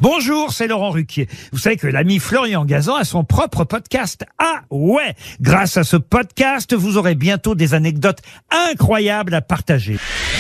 Bonjour, c'est Laurent Ruquier. Vous savez que l'ami Florian Gazan a son propre podcast. Ah ouais! Grâce à ce podcast, vous aurez bientôt des anecdotes incroyables à partager.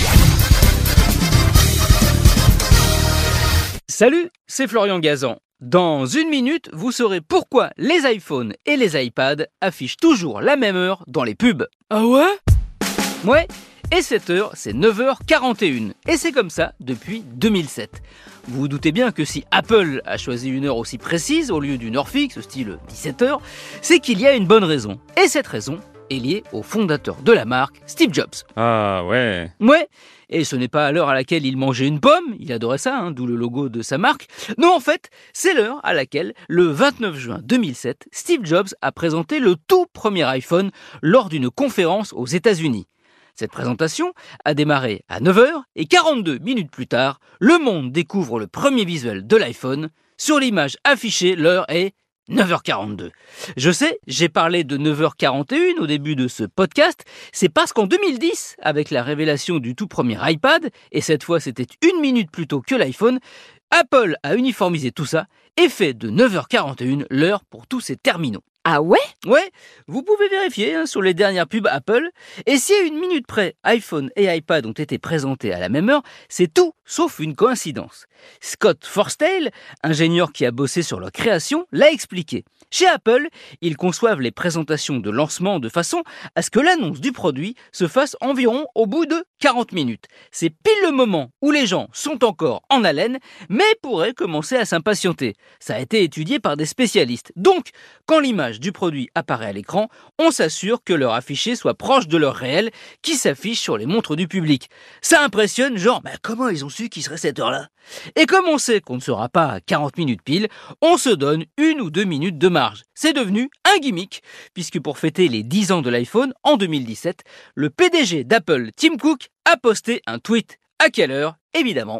Salut, c'est Florian Gazan. Dans une minute, vous saurez pourquoi les iPhones et les iPads affichent toujours la même heure dans les pubs. Ah ouais? Ouais, et cette heure, c'est 9h41. Et c'est comme ça depuis 2007. Vous vous doutez bien que si Apple a choisi une heure aussi précise au lieu d'une heure fixe, style 17h, c'est qu'il y a une bonne raison. Et cette raison est liée au fondateur de la marque, Steve Jobs. Ah ouais. Ouais, et ce n'est pas à l'heure à laquelle il mangeait une pomme, il adorait ça, d'où le logo de sa marque. Non, en fait, c'est l'heure à laquelle, le 29 juin 2007, Steve Jobs a présenté le tout premier iPhone lors d'une conférence aux États-Unis. Cette présentation a démarré à 9h et 42 minutes plus tard, le monde découvre le premier visuel de l'iPhone. Sur l'image affichée, l'heure est 9h42. Je sais, j'ai parlé de 9h41 au début de ce podcast, c'est parce qu'en 2010, avec la révélation du tout premier iPad, et cette fois c'était 1 minute plus tôt que l'iPhone, Apple a uniformisé tout ça et fait de 9h41 l'heure pour tous ses terminaux. Ah ouais? Ouais, vous pouvez vérifier sur les dernières pubs Apple. Et si à 1 minute près, iPhone et iPad ont été présentés à la même heure, c'est tout sauf une coïncidence. Scott Forstall, ingénieur qui a bossé sur leur création, l'a expliqué. Chez Apple, ils conçoivent les présentations de lancement de façon à ce que l'annonce du produit se fasse environ au bout de 40 minutes. C'est pile le moment où les gens sont encore en haleine, mais pourraient commencer à s'impatienter. Ça a été étudié par des spécialistes. Donc, quand l'image du produit apparaît à l'écran, on s'assure que l'heure affichée soit proche de l'heure réelle qui s'affiche sur les montres du public. Ça impressionne, genre, comment ils ont su qu'il serait cette heure-là? Et comme on sait qu'on ne sera pas à 40 minutes pile, on se donne 1 ou 2 minutes de marge. C'est devenu un gimmick, puisque pour fêter les 10 ans de l'iPhone en 2017, le PDG d'Apple, Tim Cook, a posté un tweet. À quelle heure? Évidemment,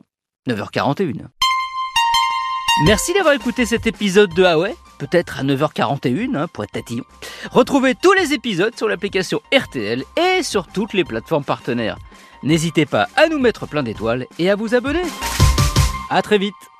9h41. Merci d'avoir écouté cet épisode de Ah ouais, peut-être à 9h41 pour être tatillon. Retrouvez tous les épisodes sur l'application RTL et sur toutes les plateformes partenaires. N'hésitez pas à nous mettre plein d'étoiles et à vous abonner. À très vite.